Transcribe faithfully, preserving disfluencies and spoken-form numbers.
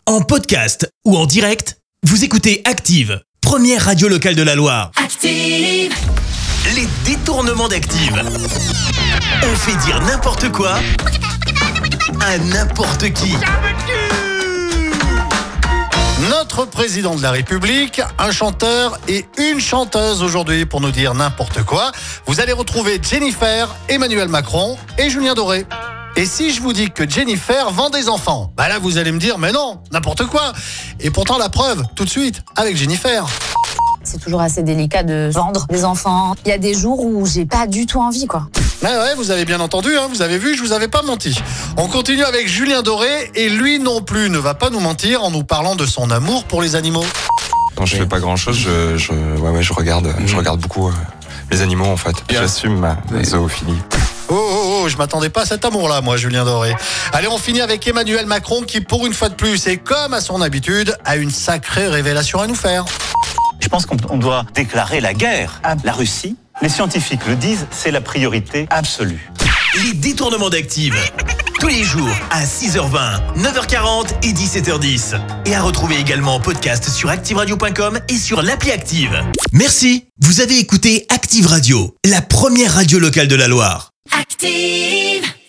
En podcast ou en direct, vous écoutez Active, première radio locale de la Loire. Active! Les détournements d'Active. On fait dire n'importe quoi à n'importe qui. Notre président de la République, un chanteur et une chanteuse aujourd'hui pour nous dire n'importe quoi. Vous allez retrouver Jennifer, Emmanuel Macron et Julien Doré. Et si je vous dis que Jennifer vend des enfants, bah là vous allez me dire mais non, n'importe quoi. Et pourtant la preuve, tout de suite, avec Jennifer. C'est toujours assez délicat de vendre des enfants. Il y a des jours où j'ai pas du tout envie, quoi. Ouais, ouais, vous avez bien entendu, hein, vous avez vu, je vous avais pas menti. On continue avec Julien Doré et lui non plus ne va pas nous mentir en nous parlant de son amour pour les animaux. Quand je fais pas grand chose, je, je, ouais, ouais, je regarde, mmh. je regarde beaucoup euh, les animaux en fait. Yeah. J'assume ma ouais. zoophilie. Oh, oh, oh, je m'attendais pas à cet amour-là, moi, Julien Doré. Allez, on finit avec Emmanuel Macron qui, pour une fois de plus, et comme à son habitude, a une sacrée révélation à nous faire. Je pense qu'on doit déclarer la guerre à la Russie. Les scientifiques le disent, c'est la priorité absolue. Les détournements d'Active. Tous les jours à six heures vingt, neuf heures quarante et dix-sept heures dix. Et à retrouver également en podcast sur active radio point com et sur l'appli Active. Merci. Vous avez écouté Active Radio, la première radio locale de la Loire. Active!